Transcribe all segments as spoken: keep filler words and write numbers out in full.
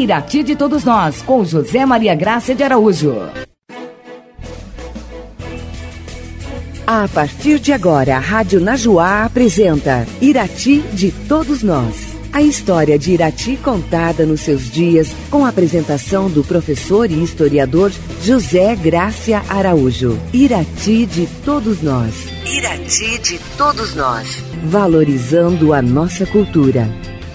Irati de Todos Nós, com José Maria Grácia de Araújo. A partir de agora, a Rádio Najuá apresenta Irati de Todos Nós. A história de Irati contada nos seus dias, com a apresentação do professor e historiador José Grácia Araújo. Irati de Todos Nós. Irati de Todos Nós. Valorizando a nossa cultura.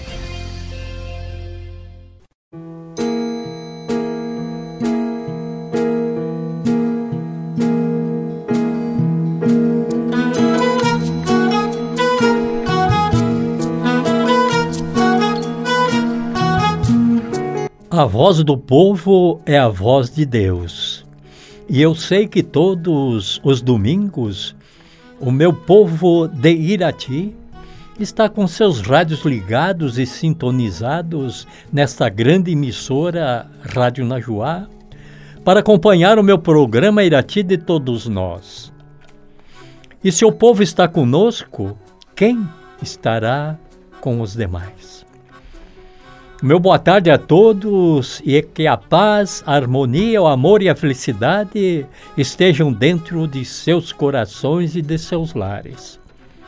A voz do povo é a voz de Deus. E eu sei que todos os domingos o meu povo de Irati está com seus rádios ligados e sintonizados nesta grande emissora Rádio Najuá para acompanhar o meu programa Irati de Todos Nós. E se o povo está conosco, quem estará com os demais? Meu boa tarde a todos e que a paz, a harmonia, o amor e a felicidade estejam dentro de seus corações e de seus lares.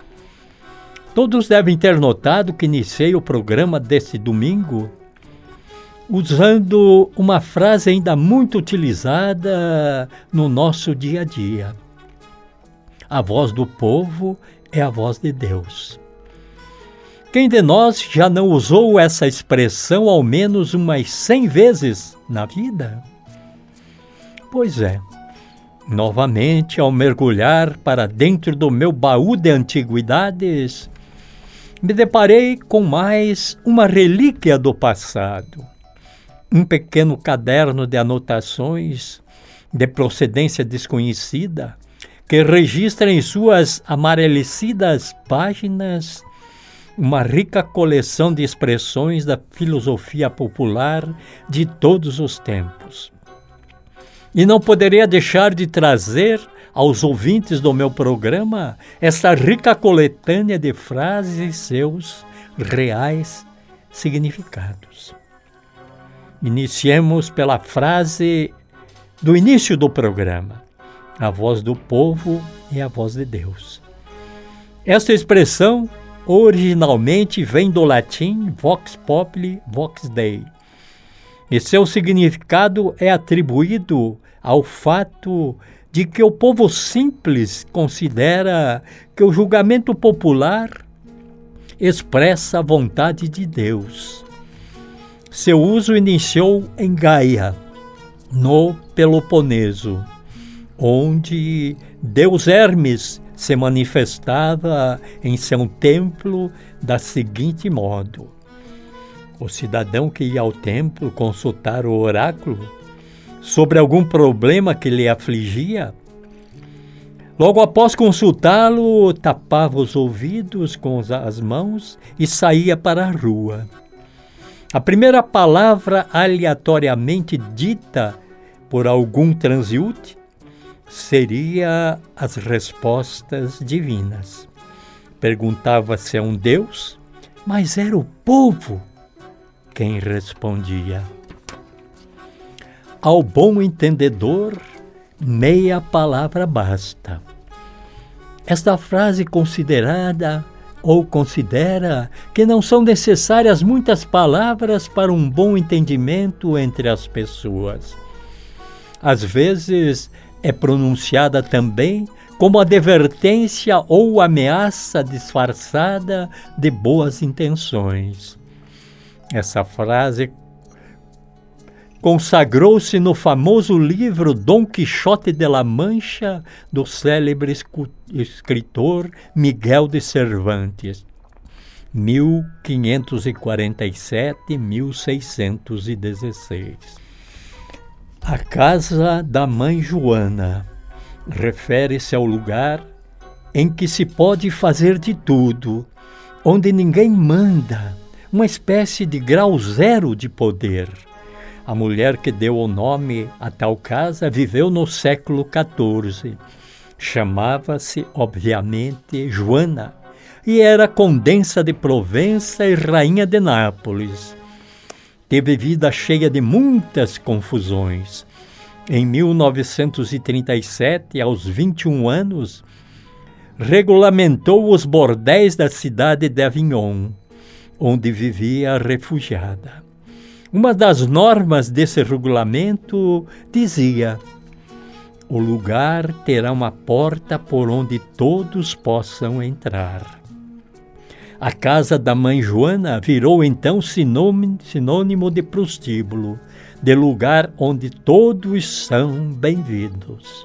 Todos devem ter notado que iniciei o programa deste domingo usando uma frase ainda muito utilizada no nosso dia a dia. A voz do povo é a voz de Deus. Quem de nós já não usou essa expressão ao menos umas cem vezes na vida? Pois é, novamente, ao mergulhar para dentro do meu baú de antiguidades, me deparei com mais uma relíquia do passado. Um pequeno caderno de anotações de procedência desconhecida que registra em suas amarelecidas páginas uma rica coleção de expressões da filosofia popular de todos os tempos. E não poderia deixar de trazer aos ouvintes do meu programa essa rica coletânea de frases e seus reais significados. Iniciemos pela frase do início do programa: a voz do povo é a voz de Deus. Esta expressão originalmente vem do latim vox populi, vox Dei. E seu significado é atribuído ao fato de que o povo simples considera que o julgamento popular expressa a vontade de Deus. Seu uso iniciou em Gaia, no Peloponeso, onde Deus Hermes se manifestava em seu templo da seguinte modo: o cidadão que ia ao templo consultar o oráculo sobre algum problema que lhe afligia, logo após consultá-lo, tapava os ouvidos com as mãos e saía para a rua. A primeira palavra aleatoriamente dita por algum transeúnte seria as respostas divinas. Perguntava-se a um Deus, mas era o povo quem respondia. Ao bom entendedor, meia palavra basta. Esta frase considerada ou considera que não são necessárias muitas palavras para um bom entendimento entre as pessoas. Às vezes, é pronunciada também como advertência ou ameaça disfarçada de boas intenções. Essa frase consagrou-se no famoso livro Dom Quixote de la Mancha, do célebre escritor Miguel de Cervantes, mil quinhentos e quarenta e sete a mil seiscentos e dezesseis. A casa da mãe Joana refere-se ao lugar em que se pode fazer de tudo, onde ninguém manda, uma espécie de grau zero de poder. A mulher que deu o nome a tal casa viveu no século quatorze. Chamava-se, obviamente, Joana e era condensa de Provença e rainha de Nápoles. teve vida cheia de muitas confusões. Em mil novecentos e trinta e sete, aos vinte e um anos, regulamentou os bordéis da cidade de Avignon, onde vivia refugiada. Uma das normas desse regulamento dizia: o lugar terá uma porta por onde todos possam entrar. A casa da mãe Joana virou então sinônimo de prostíbulo, de lugar onde todos são bem-vindos.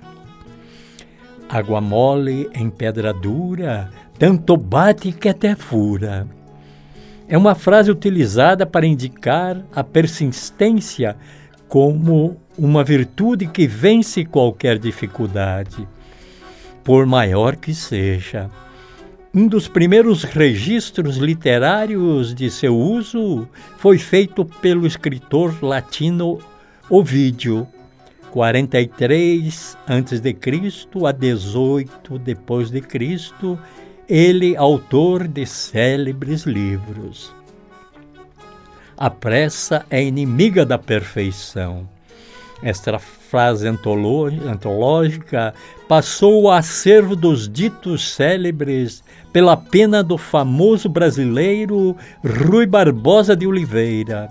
Água mole em pedra dura, tanto bate que até fura. É uma frase utilizada para indicar a persistência como uma virtude que vence qualquer dificuldade, por maior que seja. Um dos primeiros registros literários de seu uso foi feito pelo escritor latino Ovídio, quarenta e três antes de Cristo a dezoito depois de Cristo, ele autor de célebres livros. A pressa é inimiga da perfeição. Esta frase antológica passou ao acervo dos ditos célebres pela pena do famoso brasileiro Rui Barbosa de Oliveira.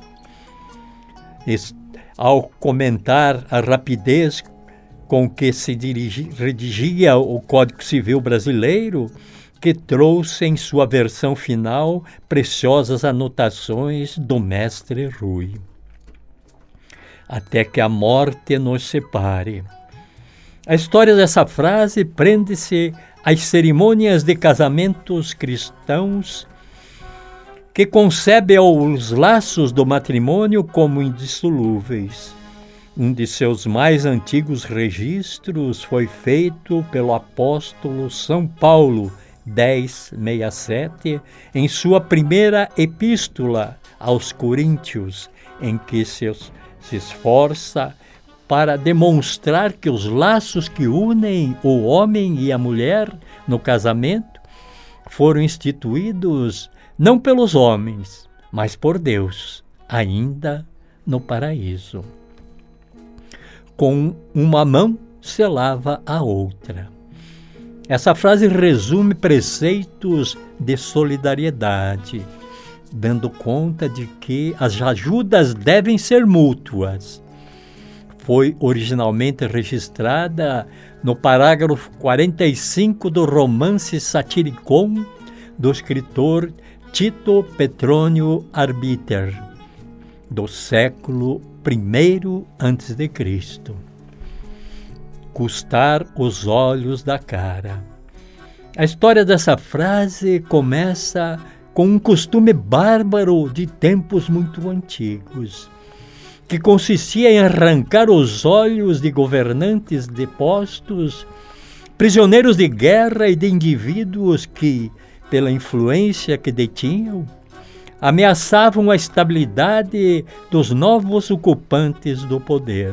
Ao comentar a rapidez com que se dirigi, redigia o Código Civil brasileiro, que trouxe em sua versão final preciosas anotações do mestre Rui. Até que a morte nos separe. A história dessa frase prende-se às cerimônias de casamentos cristãos, que concebe os laços do matrimônio como indissolúveis. Um de seus mais antigos registros foi feito pelo apóstolo São Paulo, dez sessenta e sete, em sua primeira epístola aos Coríntios, em que se, se esforça para demonstrar que os laços que unem o homem e a mulher no casamento foram instituídos não pelos homens, mas por Deus, ainda no paraíso. Com uma mão se lava a outra. Essa frase resume preceitos de solidariedade, dando conta de que as ajudas devem ser mútuas. Foi originalmente registrada no parágrafo quarenta e cinco do romance Satiricon do escritor Tito Petrônio Arbiter, do século primeiro antes de Cristo. Custar os olhos da cara. A história dessa frase começa com um costume bárbaro de tempos muito antigos, que consistia em arrancar os olhos de governantes depostos, prisioneiros de guerra e de indivíduos que, pela influência que detinham, ameaçavam a estabilidade dos novos ocupantes do poder.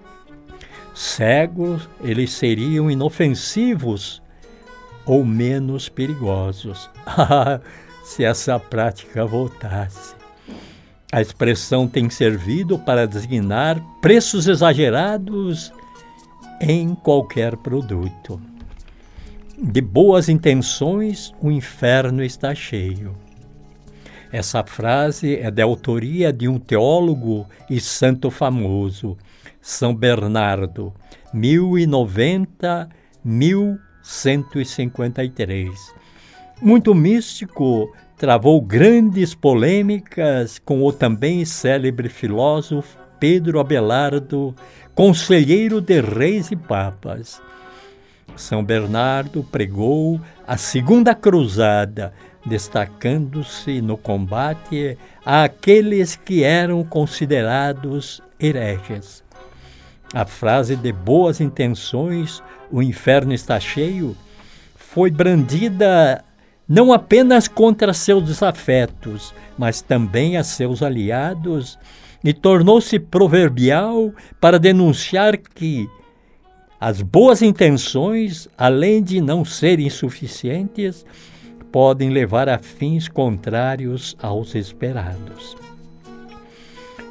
Cegos, eles seriam inofensivos ou menos perigosos. Ah, se essa prática voltasse. A expressão tem servido para designar preços exagerados em qualquer produto. De boas intenções, o inferno está cheio. Essa frase é da autoria de um teólogo e santo famoso, São Bernardo, mil e noventa a mil cento e cinquenta e três. Muito místico, travou grandes polêmicas com o também célebre filósofo Pedro Abelardo, conselheiro de reis e papas. São Bernardo pregou a Segunda Cruzada, destacando-se no combate àqueles que eram considerados hereges. A frase de boas intenções, o inferno está cheio, foi brandida não apenas contra seus desafetos, mas também a seus aliados, e tornou-se proverbial para denunciar que as boas intenções, além de não serem suficientes, podem levar a fins contrários aos esperados.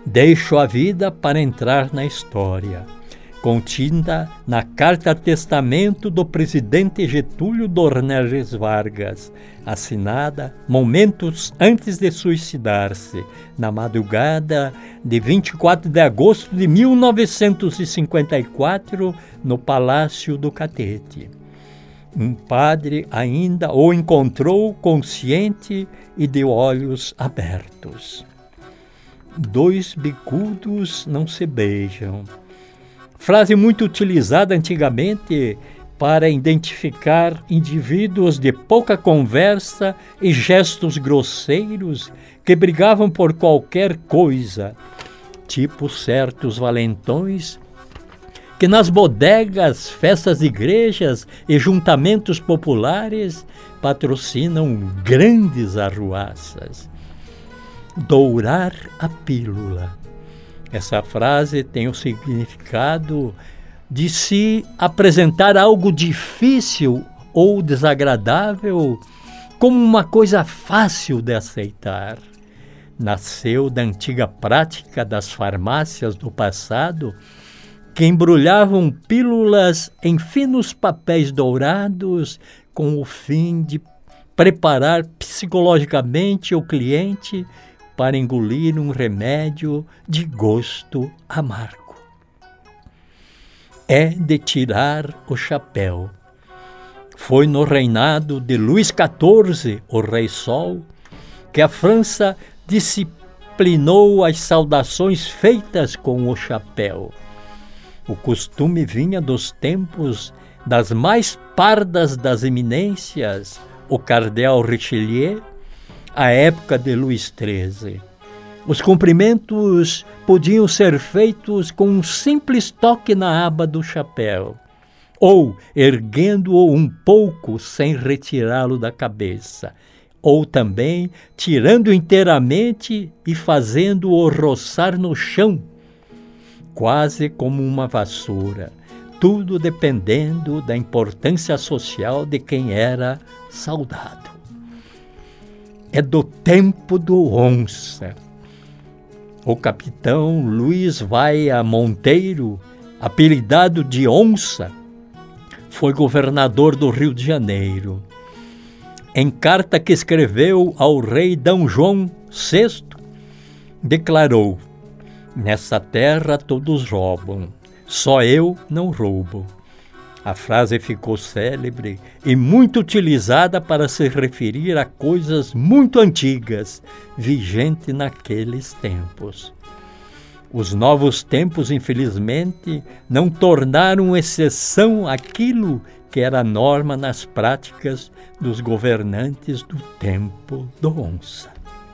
Deixo a vida para entrar na história, contida na carta-testamento do presidente Getúlio Dornelles Vargas, assinada momentos antes de suicidar-se, na madrugada de vinte e quatro de agosto de mil novecentos e cinquenta e quatro, no Palácio do Catete. Um padre ainda o encontrou consciente e de olhos abertos. Dois bicudos não se beijam. Frase muito utilizada antigamente para identificar indivíduos de pouca conversa e gestos grosseiros que brigavam por qualquer coisa, tipo certos valentões que nas bodegas, festas de igrejas e juntamentos populares patrocinam grandes arruaças. Dourar a pílula. Essa frase tem o significado de se apresentar algo difícil ou desagradável como uma coisa fácil de aceitar. Nasceu da antiga prática das farmácias do passado, que embrulhavam pílulas em finos papéis dourados com o fim de preparar psicologicamente o cliente para engolir um remédio de gosto amargo. É de tirar o chapéu. Foi no reinado de Luís quatorze, o Rei Sol, que a França disciplinou as saudações feitas com o chapéu. O costume vinha dos tempos das mais pardas das eminências, o cardeal Richelieu, a época de Luís treze. Os cumprimentos podiam ser feitos com um simples toque na aba do chapéu, ou erguendo-o um pouco sem retirá-lo da cabeça, ou também tirando inteiramente e fazendo-o roçar no chão, quase como uma vassoura, tudo dependendo da importância social de quem era saudado. É do tempo do onça. O capitão Luiz Vaia Monteiro, apelidado de Onça, foi governador do Rio de Janeiro. Em carta que escreveu ao rei D. João sexto, declarou: "Nessa terra todos roubam, só eu não roubo." A frase ficou célebre e muito utilizada para se referir a coisas muito antigas, vigente naqueles tempos. Os novos tempos, infelizmente, não tornaram exceção aquilo que era norma nas práticas dos governantes do tempo do onça.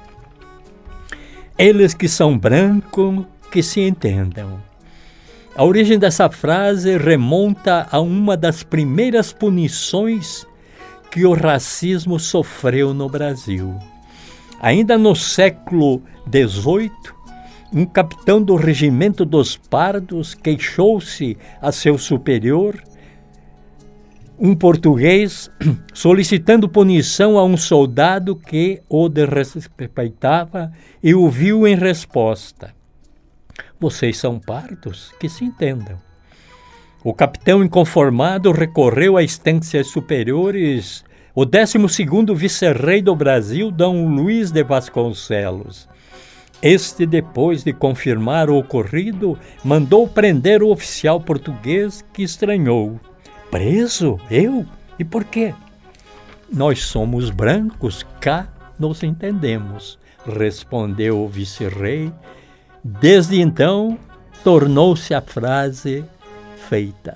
Eles que são brancos, que se entendam. A origem dessa frase remonta a uma das primeiras punições que o racismo sofreu no Brasil. Ainda no século dezoito, um capitão do regimento dos Pardos queixou-se a seu superior, um português, solicitando punição a um soldado que o desrespeitava, e ouviu em resposta: "Vocês são pardos? Que se entendam." O capitão inconformado recorreu a instâncias superiores, o décimo segundo vice-rei do Brasil, D. Luís de Vasconcelos. Este, depois de confirmar o ocorrido, mandou prender o oficial português, que estranhou. "Preso? Eu? E por quê?" "Nós somos brancos, cá nos entendemos", respondeu o vice-rei. Desde então, tornou-se a frase feita.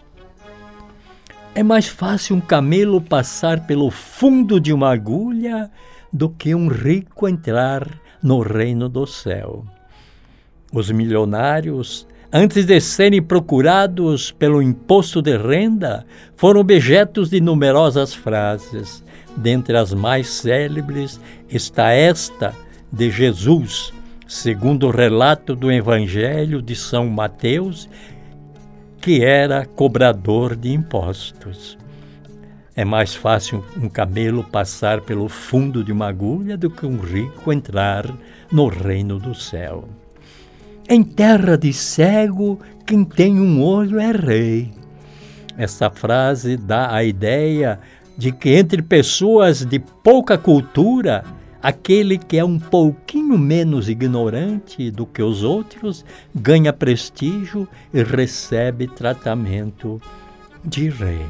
É mais fácil um camelo passar pelo fundo de uma agulha do que um rico entrar no reino do céu. Os milionários, antes de serem procurados pelo imposto de renda, foram objetos de numerosas frases. Dentre as mais célebres está esta de Jesus, segundo o relato do Evangelho de São Mateus, que era cobrador de impostos. É mais fácil um camelo passar pelo fundo de uma agulha do que um rico entrar no reino do céu. Em terra de cego, quem tem um olho é rei. Essa frase dá a ideia de que entre pessoas de pouca cultura, aquele que é um pouquinho menos ignorante do que os outros ganha prestígio e recebe tratamento de rei.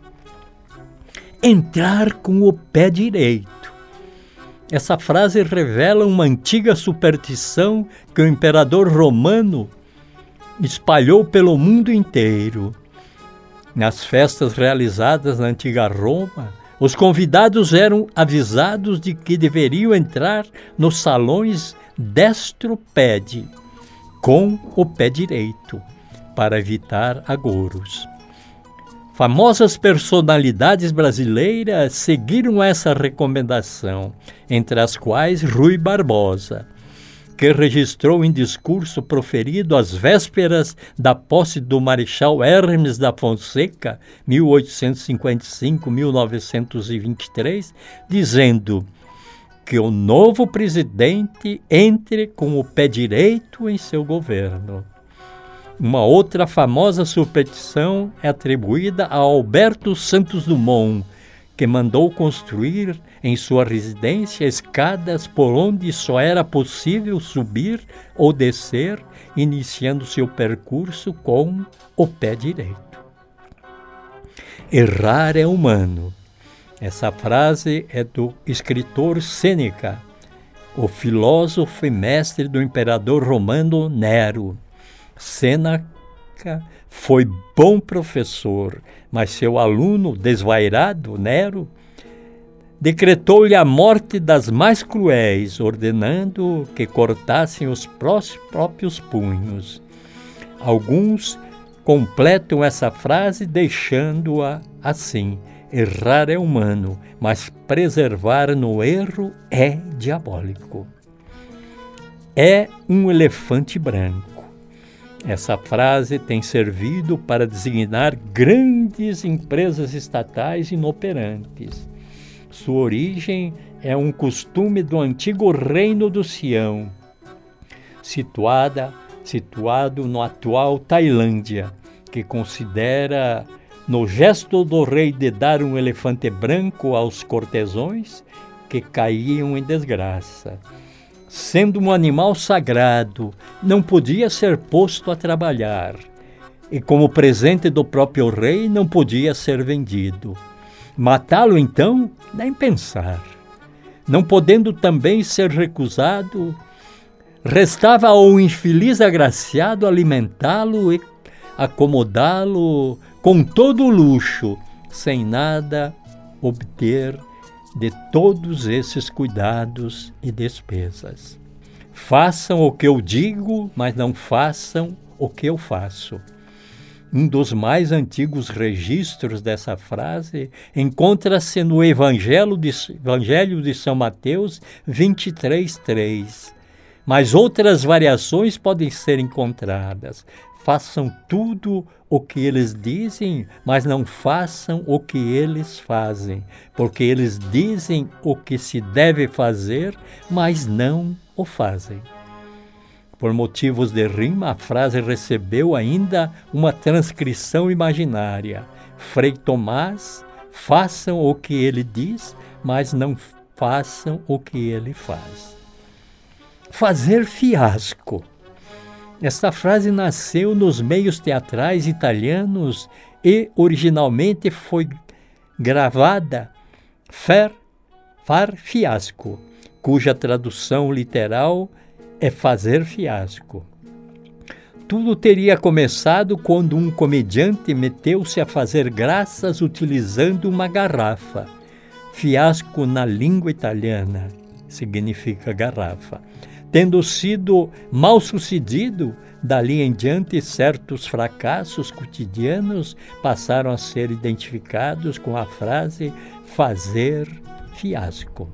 Entrar com o pé direito. Essa frase revela uma antiga superstição que o imperador romano espalhou pelo mundo inteiro. Nas festas realizadas na antiga Roma, os convidados eram avisados de que deveriam entrar nos salões destro-pede, com o pé direito, para evitar agouros. Famosas personalidades brasileiras seguiram essa recomendação, entre as quais Rui Barbosa, que registrou em discurso proferido às vésperas da posse do Marechal Hermes da Fonseca, mil oitocentos e cinquenta e cinco a mil novecentos e vinte e três, dizendo que o novo presidente entre com o pé direito em seu governo. Uma outra famosa superstição é atribuída a Alberto Santos Dumont, que mandou construir em sua residência escadas por onde só era possível subir ou descer, iniciando seu percurso com o pé direito. Errar é humano. Essa frase é do escritor Sêneca, o filósofo e mestre do imperador romano Nero. Sêneca foi bom professor, mas seu aluno desvairado, Nero, decretou-lhe a morte das mais cruéis, ordenando que cortassem os próprios punhos. Alguns completam essa frase deixando-a assim: errar é humano, mas preservar no erro é diabólico. É um elefante branco. Essa frase tem servido para designar grandes empresas estatais inoperantes. Sua origem é um costume do antigo Reino do Sião, situada, situado no atual Tailândia, que considera, no gesto do rei de dar um elefante branco aos cortesões que caíam em desgraça. Sendo um animal sagrado, não podia ser posto a trabalhar, e como presente do próprio rei não podia ser vendido. Matá-lo, então, nem pensar. Não podendo também ser recusado, restava ao infeliz agraciado alimentá-lo e acomodá-lo com todo o luxo, sem nada obter de todos esses cuidados e despesas. Façam o que eu digo, mas não façam o que eu faço. Um dos mais antigos registros dessa frase encontra-se no Evangelho de, Evangelho de São Mateus vinte e três, três. Mas outras variações podem ser encontradas. Façam tudo o que eles dizem, mas não façam o que eles fazem, porque eles dizem o que se deve fazer, mas não o fazem. Por motivos de rima, a frase recebeu ainda uma transcrição imaginária. Frei Tomás, façam o que ele diz, mas não façam o que ele faz. Fazer fiasco. Esta frase nasceu nos meios teatrais italianos e originalmente foi gravada fer, far fiasco, cuja tradução literal é fazer fiasco. Tudo teria começado quando um comediante meteu-se a fazer graças utilizando uma garrafa. Fiasco na língua italiana significa garrafa. Tendo sido mal sucedido, dali em diante certos fracassos cotidianos passaram a ser identificados com a frase fazer fiasco.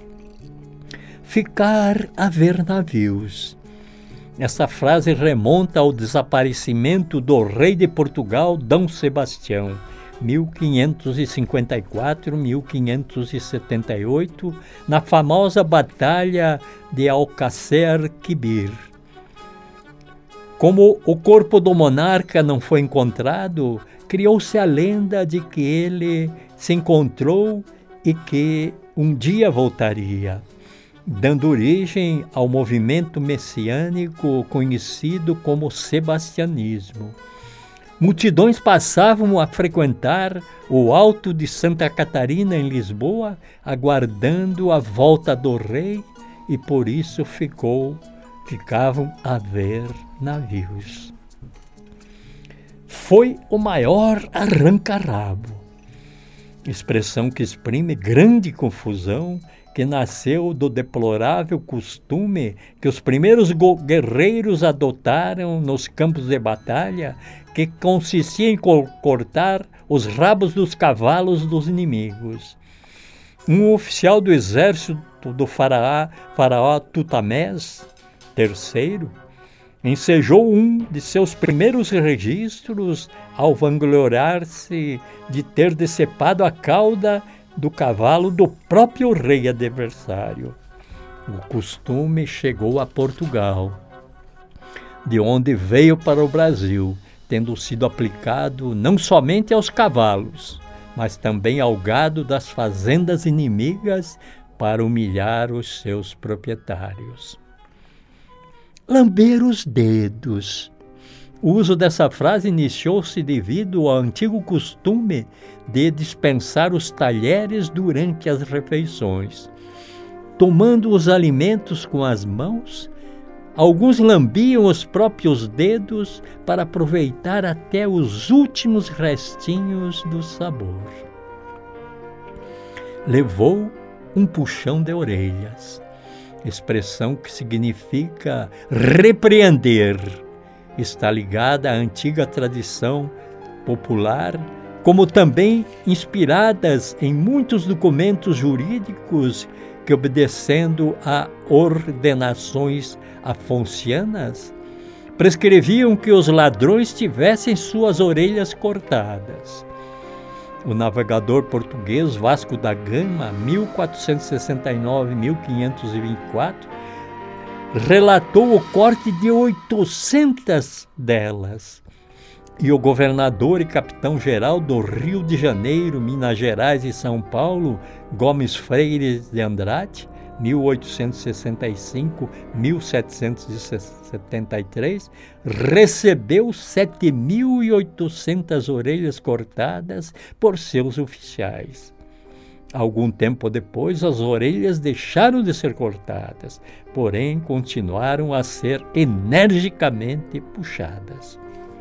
Ficar a ver navios. Essa frase remonta ao desaparecimento do rei de Portugal, D. Sebastião, mil quinhentos e cinquenta e quatro a mil quinhentos e setenta e oito, na famosa Batalha de Alcácer Quibir. Como o corpo do monarca não foi encontrado, criou-se a lenda de que ele se encontrou e que um dia voltaria, dando origem ao movimento messiânico conhecido como sebastianismo. Multidões passavam a frequentar o Alto de Santa Catarina, em Lisboa, aguardando a volta do rei, e por isso ficou, ficavam a ver navios. Foi o maior arranca-rabo, expressão que exprime grande confusão, que nasceu do deplorável costume que os primeiros guerreiros adotaram nos campos de batalha, que consistia em cortar os rabos dos cavalos dos inimigos. Um oficial do exército do faraó, faraó Tutamés terceiro ensejou um de seus primeiros registros ao vangloriar-se de ter decepado a cauda do cavalo do próprio rei adversário. O costume chegou a Portugal, de onde veio para o Brasil, tendo sido aplicado não somente aos cavalos, mas também ao gado das fazendas inimigas para humilhar os seus proprietários. Lamber os dedos. O uso dessa frase iniciou-se devido ao antigo costume de dispensar os talheres durante as refeições. Tomando os alimentos com as mãos, alguns lambiam os próprios dedos para aproveitar até os últimos restinhos do sabor. Levou um puxão de orelhas, expressão que significa repreender. Está ligada à antiga tradição popular, como também inspiradas em muitos documentos jurídicos que, obedecendo a ordenações afoncianas, prescreviam que os ladrões tivessem suas orelhas cortadas. O navegador português Vasco da Gama, mil quatrocentos e sessenta e nove a mil quinhentos e vinte e quatro, relatou o corte de oitocentas delas. E o governador e capitão-geral do Rio de Janeiro, Minas Gerais e São Paulo, Gomes Freire de Andrade, mil oitocentos e sessenta e cinco a mil setecentos e setenta e três, recebeu sete mil e oitocentas orelhas cortadas por seus oficiais. Algum tempo depois, as orelhas deixaram de ser cortadas, porém continuaram a ser energicamente puxadas.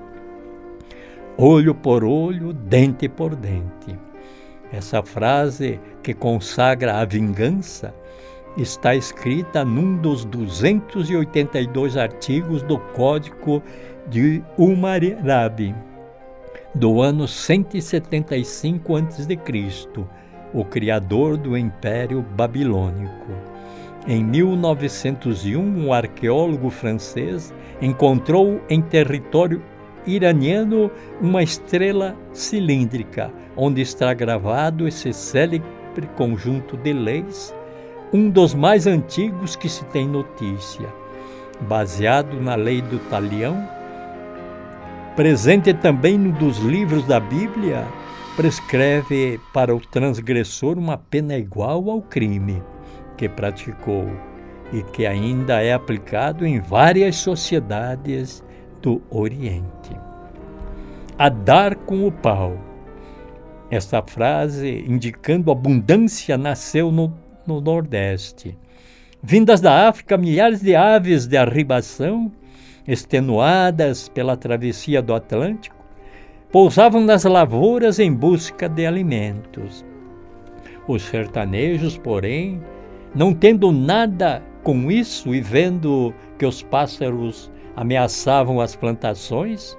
Olho por olho, dente por dente. Essa frase, que consagra a vingança, está escrita num dos duzentos e oitenta e dois artigos do Código de Hammurabi, do ano cento e setenta e cinco antes de Cristo, o criador do Império Babilônico. Em mil novecentos e um, um arqueólogo francês encontrou em território iraniano uma estrela cilíndrica, onde está gravado esse célebre conjunto de leis, um dos mais antigos que se tem notícia, baseado na lei do talião, presente também num dos livros da Bíblia, prescreve para o transgressor uma pena igual ao crime que praticou e que ainda é aplicado em várias sociedades do Oriente. A dar com o pau. Esta frase, indicando abundância, nasceu no, no Nordeste. Vindas da África, milhares de aves de arribação, extenuadas pela travessia do Atlântico, pousavam nas lavouras em busca de alimentos. Os sertanejos, porém, não tendo nada com isso e vendo que os pássaros ameaçavam as plantações,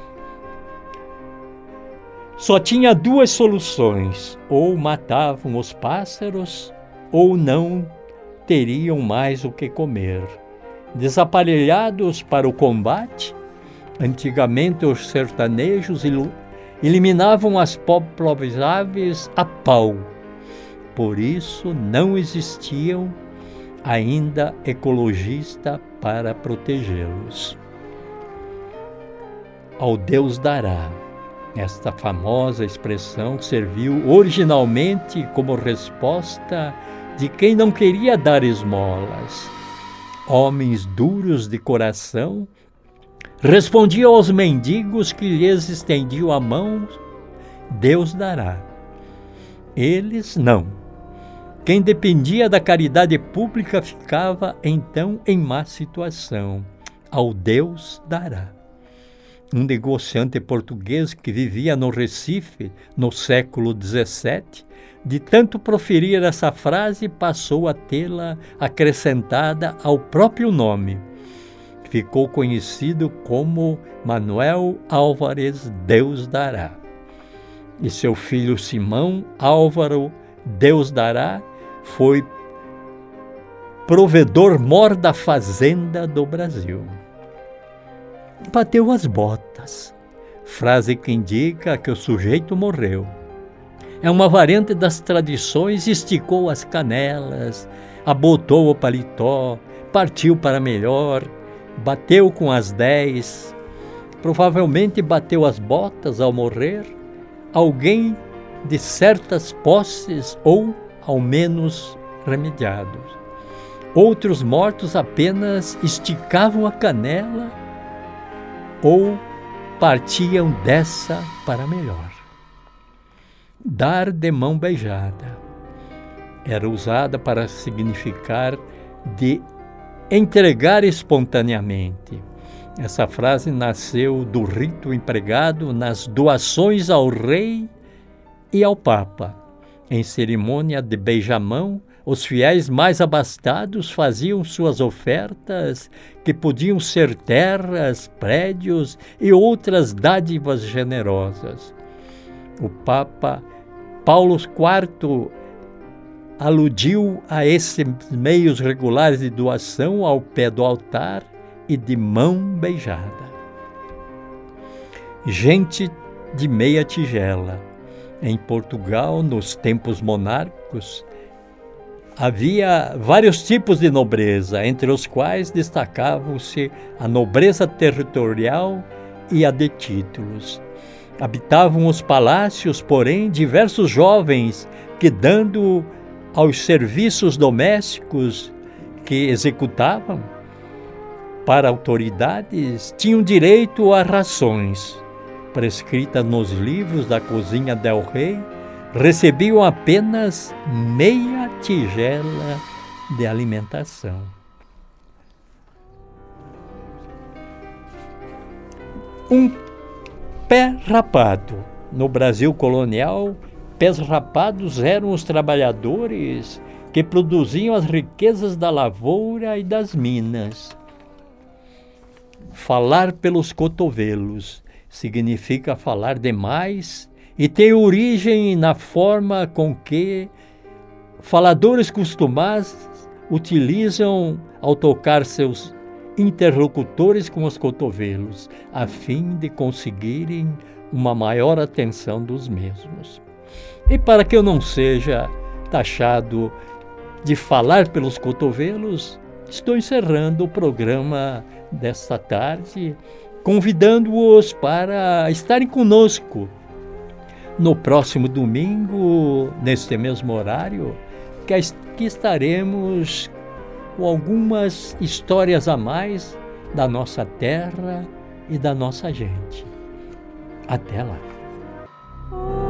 só tinha duas soluções: ou matavam os pássaros ou não teriam mais o que comer. Desaparelhados para o combate, antigamente os sertanejos eliminavam as pobres aves a pau. Por isso não existiam ainda ecologistas para protegê-los. ao Deus dará. Esta famosa expressão serviu originalmente como resposta de quem não queria dar esmolas. Homens duros de coração respondiam aos mendigos que lhes estendiam a mão: Deus dará. Eles não. Quem dependia da caridade pública ficava então em má situação. Ao Deus dará. Um negociante português que vivia no Recife no século dezessete, de tanto proferir essa frase, passou a tê-la acrescentada ao próprio nome. Ficou conhecido como Manuel Álvares Deus dará. E seu filho Simão Álvaro Deus dará foi provedor mor da fazenda do Brasil. Bateu as botas, frase que indica que o sujeito morreu. É uma variante das tradições, esticou as canelas, abotou o paletó, partiu para melhor, bateu com as dez, provavelmente bateu as botas ao morrer, alguém de certas posses ou, ao menos, remediados. Outros mortos apenas esticavam a canela ou partiam dessa para melhor. Dar de mão beijada era usada para significar de entregar espontaneamente. Essa frase nasceu do rito empregado nas doações ao rei e ao papa. Em cerimônia de beijamão, os fiéis mais abastados faziam suas ofertas, que podiam ser terras, prédios e outras dádivas generosas. O Papa Paulo quarto aludiu a esses meios regulares de doação ao pé do altar e de mão beijada. Gente de meia tigela. Em Portugal, nos tempos monárquicos, havia vários tipos de nobreza, entre os quais destacavam-se a nobreza territorial e a de títulos. Habitavam os palácios, porém, diversos jovens que, dando aos serviços domésticos que executavam para autoridades, tinham direito a rações prescritas nos livros da cozinha del rei, recebiam apenas meia tigela de alimentação. Um pé rapado. No Brasil colonial, pés rapados eram os trabalhadores que produziam as riquezas da lavoura e das minas. Falar pelos cotovelos significa falar demais e tem origem na forma com que faladores costumados utilizam ao tocar seus interlocutores com os cotovelos, a fim de conseguirem uma maior atenção dos mesmos. E para que eu não seja taxado de falar pelos cotovelos, estou encerrando o programa desta tarde, convidando-os para estarem conosco no próximo domingo, neste mesmo horário, que aqui estaremos com algumas histórias a mais da nossa terra e da nossa gente. Até lá!